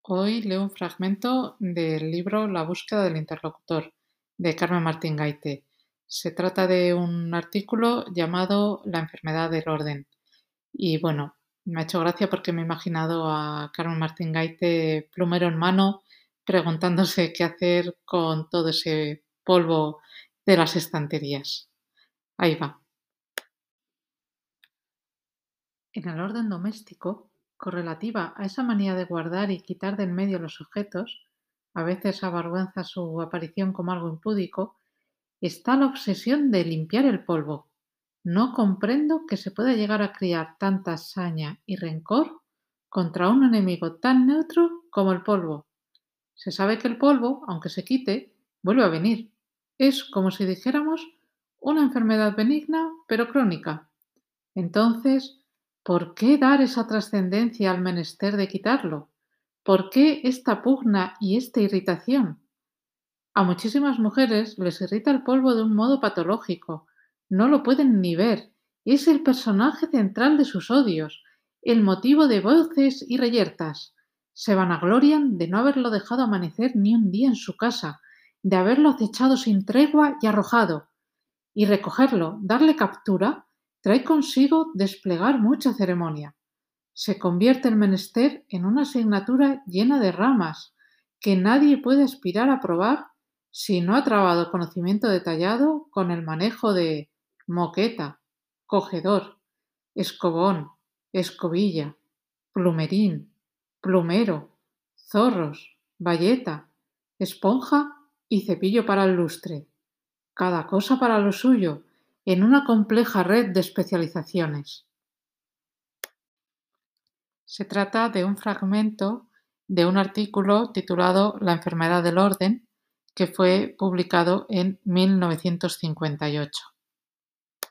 Hoy leo un fragmento del libro La búsqueda del interlocutor, de Carmen Martín Gaite. Se trata de un artículo llamado La enfermedad del orden. Y bueno, me ha hecho gracia porque me he imaginado a Carmen Martín Gaite, plumero en mano, preguntándose qué hacer con todo ese polvo de las estanterías. Ahí va. En el orden doméstico, correlativa a esa manía de guardar y quitar del medio los objetos, a veces avergüenza su aparición como algo impúdico, está la obsesión de limpiar el polvo. No comprendo que se pueda llegar a criar tanta saña y rencor contra un enemigo tan neutro como el polvo. Se sabe que el polvo, aunque se quite, vuelve a venir. Es como si dijéramos una enfermedad benigna pero crónica. Entonces, ¿por qué dar esa trascendencia al menester de quitarlo? ¿Por qué esta pugna y esta irritación? A muchísimas mujeres les irrita el polvo de un modo patológico. No lo pueden ni ver. Es el personaje central de sus odios, el motivo de voces y reyertas. Se vanaglorian de no haberlo dejado amanecer ni un día en su casa, de haberlo acechado sin tregua y arrojado. Y recogerlo, darle captura, trae consigo desplegar mucha ceremonia. Se convierte el menester en una asignatura llena de ramas, que nadie puede aspirar a probar si no ha trabado conocimiento detallado con el manejo de moqueta, cogedor, escobón, escobilla, plumerín, plumero, zorros, bayeta, esponja y cepillo para el lustre. Cada cosa para lo suyo, en una compleja red de especializaciones. Se trata de un fragmento de un artículo titulado La enfermedad del orden, que fue publicado en 1958.